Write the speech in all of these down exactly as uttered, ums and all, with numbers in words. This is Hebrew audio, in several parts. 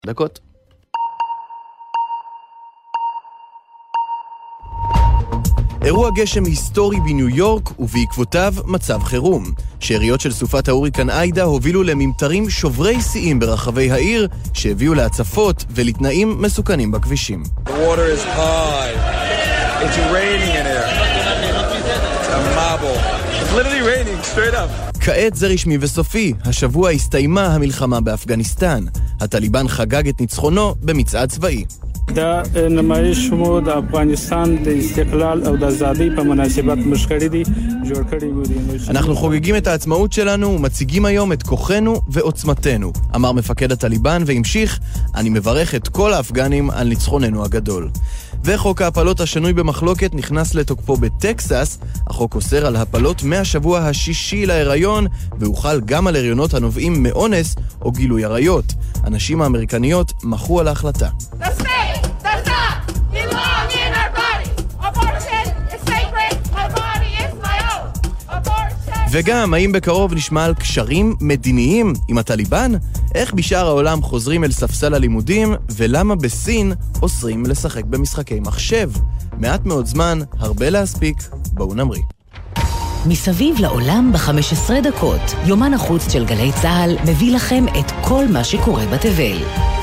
דקות. אירוע גשם היסטורי בניו יורק ובעקבותיו מצב חירום. שאריות של סופת ההוריקן איידה הובילו לממטרים שוברי שיאים ברחבי העיר שהביאו להצפות ולתנאים מסוכנים בכבישים. The water is high. It's raining in here. It's a marble. It's literally raining straight up. כעת זה רשמי וסופי. השבוע הסתיימה המלחמה באפגניסטן. הטליבן חגג את ניצחונו במצעד צבאי. دا نمایش مو د افغانستان د استقلال او د آزادۍ په مناسبت مشخړې دي جوړ کړي وو دي. אנחנו חוגגים את העצמאות שלנו ומציגים היום את כוחנו ועוצמתנו, אמר מפקד הטליבן והמשיך, אני מברך את כל האפגנים על ניצחוננו הגדול. וחוק ההפלות השנוי במחלוקת נכנס לתוקפו בטקסס. החוק אוסר על הפלות מהשבוע השישי להיריון, והוחל גם על הריונות הנובעים מאונס או גילוי עריות. הנשים האמריקניות מחו על ההחלטה. וגם, האם בקרוב נשמע על קשרים מדיניים עם הטליבן? איך בשאר העולם חוזרים אל ספסל הלימודים, ולמה בסין אוסרים לשחק במשחקי מחשב? מעט מאוד זמן, הרבה להספיק, בואו נמריא. מסביב לעולם ב-חמש עשרה דקות, יומן החוץ של גלי צהל מביא לכם את כל מה שקורה בתבל.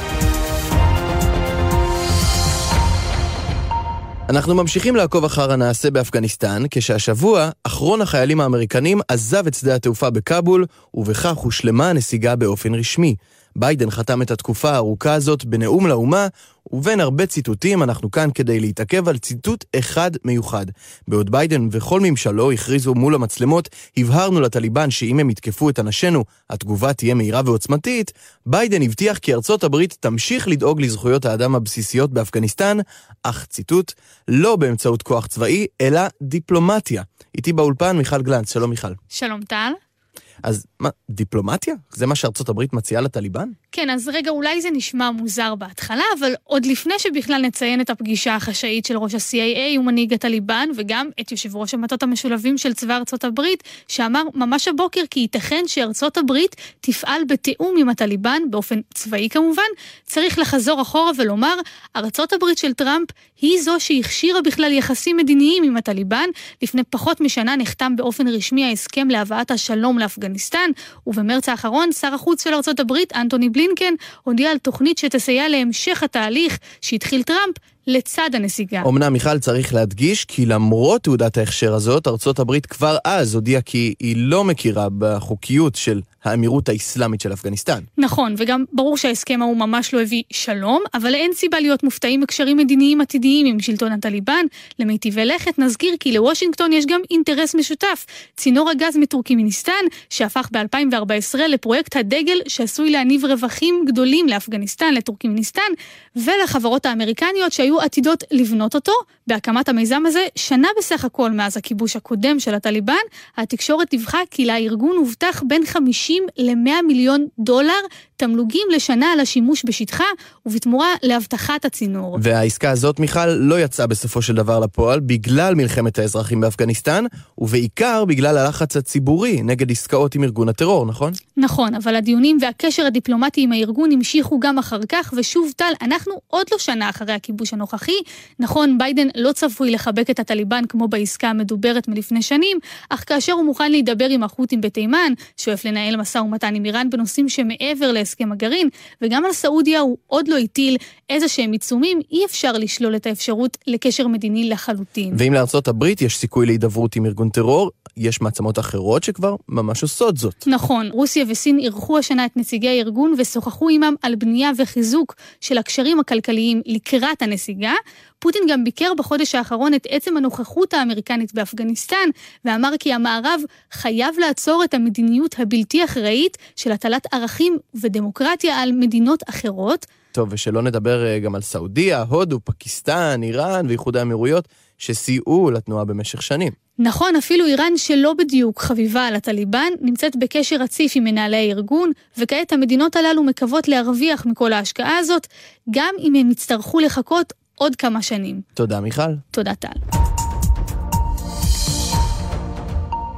אנחנו ממשיכים לעקוב אחר הנעשה באפגניסטן, כשהשבוע אחרון החיילים האמריקנים עזב את שדה התעופה בקאבול, ובכך הושלמה הנסיגה באופן רשמי. ביידן חתם את התקופה הארוכה הזאת בנאום לאומה, ובין הרבה ציטוטים אנחנו כאן כדי להתעכב על ציטוט אחד מיוחד. בעוד ביידן וכל ממשלו הכריזו מול המצלמות, הבהרנו לטליבן שאם הם יתקפו את אנשינו, התגובה תהיה מהירה ועוצמתית, ביידן הבטיח כי ארצות הברית תמשיך לדאוג לזכויות האדם הבסיסיות באפגניסטן, אך ציטוט, לא באמצעות כוח צבאי, אלא דיפלומטיה. איתי באולפן מיכל גלנץ, שלום מיכל. שלום טל. אז מה, דיפלומטיה? זה מה שארצות הברית מציעה לטליבן? כן, אז רגע, אולי זה נשמע מוזר בהתחלה, אבל עוד לפני שבכלל נציין את הפגישה החשאית של ראש ה-סי איי איי ומנהיג הטליבן, וגם את יושב ראש המטות המשולבים של צבא ארצות הברית, שאמר ממש הבוקר כי ייתכן שארצות הברית תפעל בתיאום עם הטליבן, באופן צבאי כמובן, צריך לחזור אחורה ולומר, ארצות הברית של טראמפ היא זו שהכשירה בכלל יחסים מדיניים עם הטליבן, לפני פחות משנה נחתם באופן רשמי ההסכם להבאת השלום לאפגניסטן, ובמרץ האחרון שר החוץ של ארצות הברית, אנטוני בלינקן, הודיע על תוכנית שתסייע להמשך התהליך שהתחיל טראמפ לצד הנסיגה. אמנם מיכל צריך להדגיש כי למרות תעודת ההכשר הזאת, ארצות הברית כבר אז הודיעה כי היא לא מכירה בחוקיות של האמירות האסלאמית של אפגניסטן. נכון, וגם ברור שההסכם הוא ממש לא הביא שלום, אבל אין סיבה להיות מופתעים מקשרים מדיניים עתידיים עם שלטון הטליבן. למיטיבי לכת נזכיר כי לוושינגטון יש גם אינטרס משותף, צינור הגז מטורקמיניסטן, שהפך ב-אלפיים וארבע עשרה לפרויקט הדגל שעשוי להניב רווחים גדולים לאפגניסטן, לטורקמיניסטן, ולחברות האמריקניות שהיו עתידות לבנות אותו. בהקמת המיזם הזה, שנה בסך הכל מאז הכיבוש הקודם של הטליבן, התקשורת דיווחה כי לארגון הובטח בין חמישים למאה מיליון דולר תמלוגים לשנה על השימוש בשטחה, ובתמורה להבטחת הצינור. והעסקה הזאת, מיכל, לא יצאה בסופו של דבר לפועל, בגלל מלחמת האזרחים באפגניסטן, ובעיקר בגלל הלחץ הציבורי נגד עסקאות עם ארגון הטרור, נכון? נכון, אבל הדיונים והקשר הדיפלומטי עם הארגון המשיכו גם אחר כך, ושוב טל, אנחנו עוד לא שנה אחרי הכיבוש הנוכחי. נכון, ביידן לא צפוי לחבק את הטליבן כמו בעסקה המדוברת מלפני שנים, אך כאשר הוא מוכן להידבר עם החות'ים בתימן, שואף לנהל משא ומתן עם איראן בנושאים שמעבר להסכם הגרעין, וגם על סעודיה הוא עוד לא הטיל איזה שהם עיצומים, אי אפשר לשלול את האפשרות לקשר מדיני לחלוטין. ואם לארצות הברית יש סיכוי להידברות עם ארגון טרור, יש מעצמות אחרות שכבר ממש עושות זאת. נכון, רוסיה וסין אירחו השנה את נציגי הארגון ושוחחו עמם על בנייה וחיזוק של הקשרים הכלכליים לקראת הנסיגה. פוטין גם ביקר בחודש האחרון את עצם הנוכחות האמריקנית באפגניסטן, ואמר כי המערב חייב לעצור את המדיניות הבלתי אחראית של הטלת ערכים ודמוקרטיה על מדינות אחרות. טוב, ושלא נדבר גם על סעודיה, הודו, פקיסטן, איראן ואיחוד האמירויות, שסייעו לתנועה במשך שנים. נכון, אפילו איראן שלא בדיוק חביבה על הטליבן, נמצאת בקשר רציף עם מנהלי הארגון, וכעת המדינות הללו מקוות להרוויח מכל ההשקעה הזאת, גם אם הם יצטרכו לחכות עוד כמה שנים. תודה מיכל. תודה טל.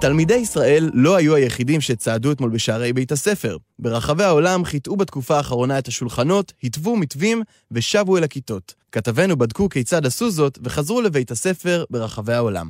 תלמידי ישראל לא היו היחידים שצעדו אתמול בשערי בית הספר. ברחבי העולם חיטאו בתקופה האחרונה את השולחנות, התוו מתווים ושבו אל הכיתות. כתבנו בדקו כיצד עשו זאת וחזרו לבית הספר ברחבי העולם.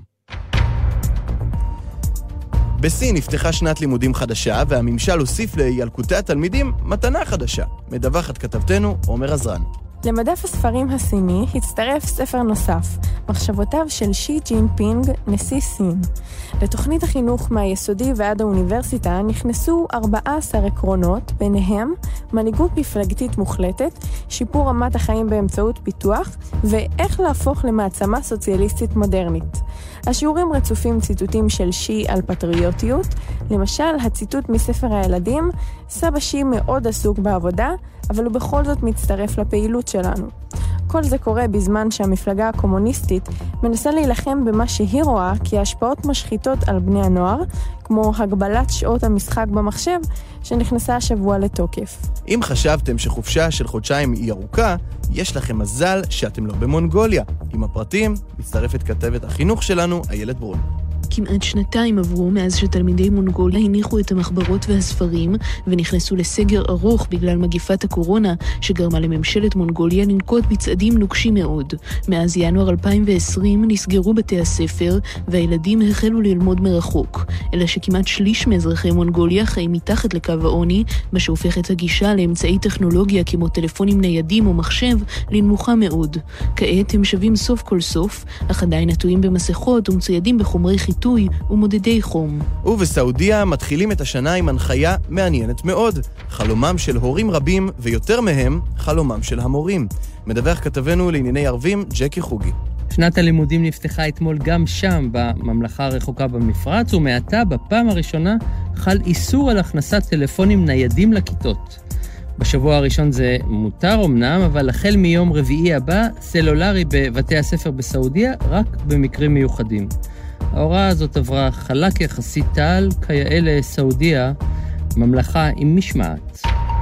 בסין נפתחה שנת לימודים חדשה, והממשל הוסיף לילקוטי התלמידים מתנה חדשה. מדווחת כתבתנו עומר עזרן. למדף הספרים הסיני הצטרף ספר נוסף, מחשבותיו של שי ג'ינפינג, נשיא סין. לתוכנית החינוך מהיסודי ועד האוניברסיטה נכנסו ארבעה עשר עקרונות, ביניהם מנהיגות מפלגתית מוחלטת, שיפור רמת החיים באמצעות פיתוח, ואיך להפוך למעצמה סוציאליסטית מודרנית. השיעורים רצופים ציטוטים של שי על פטריוטיות, למשל הציטוט מספר הילדים, סבא שי מאוד עסוק בעבודה, אבל הוא בכל זאת מצטרף לפעילות שלנו. כל זה קורה בזמן שהמפלגה הקומוניסטית מנסה להילחם במה שהיא רואה כי ההשפעות משחיתות על בני הנוער, כמו הגבלת שעות המשחק במחשב שנכנסה השבוע לתוקף. אם חשבתם שחופשה של חודשיים היא ארוכה, יש לכם מזל שאתם לא במונגוליה. עם הפרטים מצטרפת כתבת החינוך שלנו, איילת ברון. כמעט שנתיים עברו מאז שתלמידי מונגוליה הניחו את המחברות והספרים ונכנסו לסגר ארוך בגלל מגיפת הקורונה שגרמה לממשלת מונגוליה לנקוט בצעדים נוקשים מאוד. מאז ינואר אלפיים ועשרים נסגרו בתי הספר והילדים החלו ללמוד מרחוק, אלא שכמעט שליש מאזרחי מונגוליה חיים מתחת לקו העוני, מה שהופך את הגישה לאמצעי טכנולוגיה כמו טלפונים ניידים או מחשב לנמוכה מאוד. כעת הם שווים סוף כל סוף, אך עדיין נטועים במסכות ומצוידים בחומרי חיתוך ומודדי חום. ובסעודיה מתחילים את השנה עם הנחיה מעניינת מאוד. חלומם של הורים רבים, ויותר מהם חלומם של המורים. מדווח כתבנו לענייני ערבים, ג'קי חוגי. שנת הלימודים נפתחה אתמול גם שם, בממלכה הרחוקה במפרץ, ומעתה בפעם הראשונה חל איסור על הכנסת טלפונים ניידים לכיתות. בשבוע הראשון זה מותר אמנם, אבל החל מיום רביעי הבא, סלולרי בבתי הספר בסעודיה, רק במקרים מיוחדים. ההוראה הזאת עברה חלק יחסית טל, כיאה לסעודיה, ממלכה עם משמעת.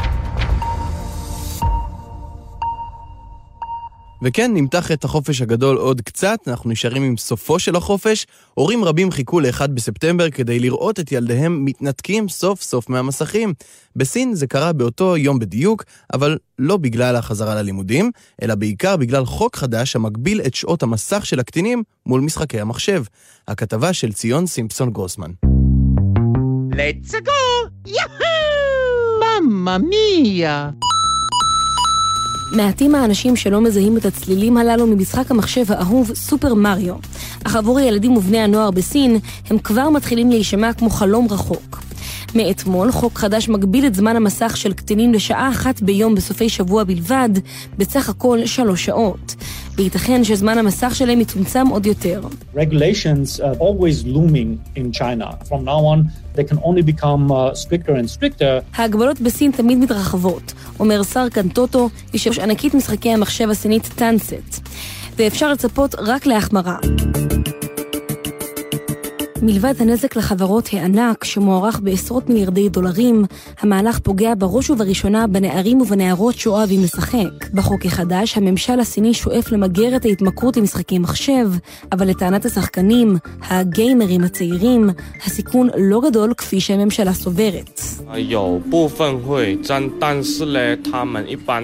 וכן, נמתח את החופש הגדול עוד קצת, אנחנו נשארים עם סופו של החופש. הורים רבים חיכו ל-אחד בספטמבר כדי לראות את ילדיהם מתנתקים סוף סוף מהמסכים. בסין זה קרה באותו יום בדיוק, אבל לא בגלל החזרה ללימודים, אלא בעיקר בגלל חוק חדש המגביל את שעות המסך של הקטינים מול משחקי המחשב. הכתבה של ציון סימפסון גרוסמן. Let's go! יאהו! מממה מיה! מעטים האנשים שלא מזהים את הצלילים הללו ממשחק המחשב האהוב סופר מריו, אך עבור הילדים ובני הנוער בסין הם כבר מתחילים להישמע כמו חלום רחוק. מאתמול חוק חדש מגביל את זמן המסך של קטינים לשעה אחת ביום בסופי שבוע בלבד, בסך הכל שלוש שעות. וייתכן שזמן המסך שלהם יצומצם עוד יותר. Regulations are always looming in China. From now on, they can only become uh, stricter and stricter. ההגבלות בסין תמיד מתרחבות, אומר שר קנטוטו, יושב ענקית משחקי המחשב הסינית טאנסט. ואפשר לצפות רק להחמרה. מלבד הנזק לחברות הענק שמוערך בעשרות מיליארדי דולרים, המהלך פוגע בראש ובראשונה בנערים ובנערות שאוהבים לשחק. בחוק החדש, הממשל הסיני שואף למגר את ההתמכרות למשחקי מחשב, אבל לטענת השחקנים, הגיימרים הצעירים, הסיכון לא גדול כפי שהממשלה סוברת. 有部分会沾，但是呢，他们一般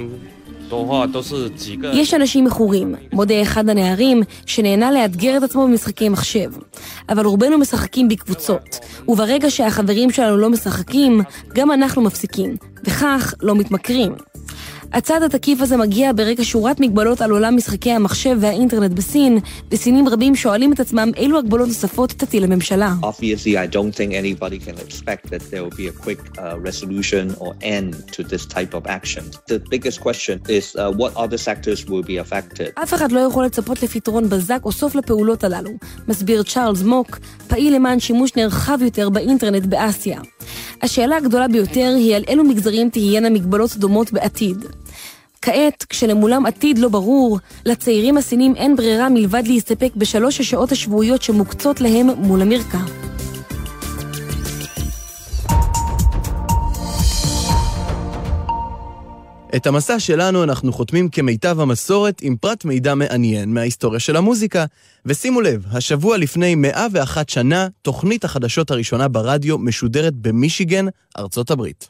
יש אנשים מכורים, מודה אחד הנערים שנהנה לאתגר את עצמו במשחקי מחשב. אבל רובנו משחקים בקבוצות, וברגע שהחברים שלנו לא משחקים, גם אנחנו מפסיקים, וכך לא מתמכרים. הצעד התקיף הזה מגיע ברגע שורת מגבלות על עולם משחקי המחשב והאינטרנט בסין, וסינים רבים שואלים את עצמם אילו הגבלות נוספות תטיל לממשלה. Obviously, I don't think anybody can expect that there will be a quick uh, resolution or end to this type of action. The biggest question is uh, what other sectors will be affected. אף אחד לא יכול לצפות לפתרון בזק או סוף לפעולות הללו, מסביר צ'ארלס מוק, פעיל למען שימוש נרחב יותר באינטרנט באסיה. השאלה הגדולה ביותר היא על אילו מגזרים תהיינה מגבלות דומות בעתיד. כעת, כשלמולם עתיד לא ברור, לצעירים הסינים אין ברירה מלבד להסתפק בשלוש השעות השבועיות שמוקצות להם מול המרקע. את המסע שלנו אנחנו חותמים כמיטב המסורת עם פרט מידע מעניין מההיסטוריה של המוזיקה. ושימו לב, השבוע לפני מאה ואחת שנה, תוכנית החדשות הראשונה ברדיו משודרת במישיגן, ארצות הברית.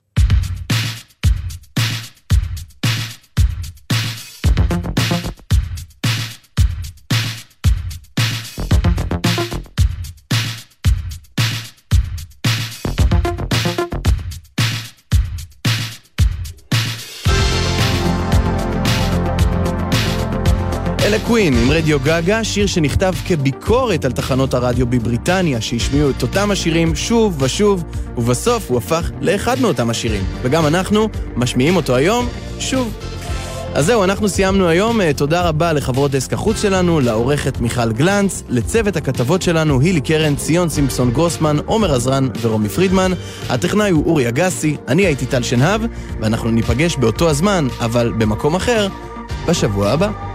אלה קווין עם רדיו גגה, שיר שנכתב כביקורת על תחנות הרדיו בבריטניה שהשמיעו את אותם השירים שוב ושוב, ובסוף הוא הפך לאחד מאותם השירים, וגם אנחנו משמיעים אותו היום שוב. אז זהו, אנחנו סיימנו היום. תודה רבה לחברות דסק החוץ שלנו, לעורכת מיכל גלנץ, לצוות הכתבות שלנו הילי קרן, ציון סימפסון גרוסמן, עומר עזרן ורומי פרידמן. הטכנאי הוא אורי אגסי, אני הייתי טל שנהב, ואנחנו ניפגש באותו הזמן, אבל במקום אחר, בשבוע הבא.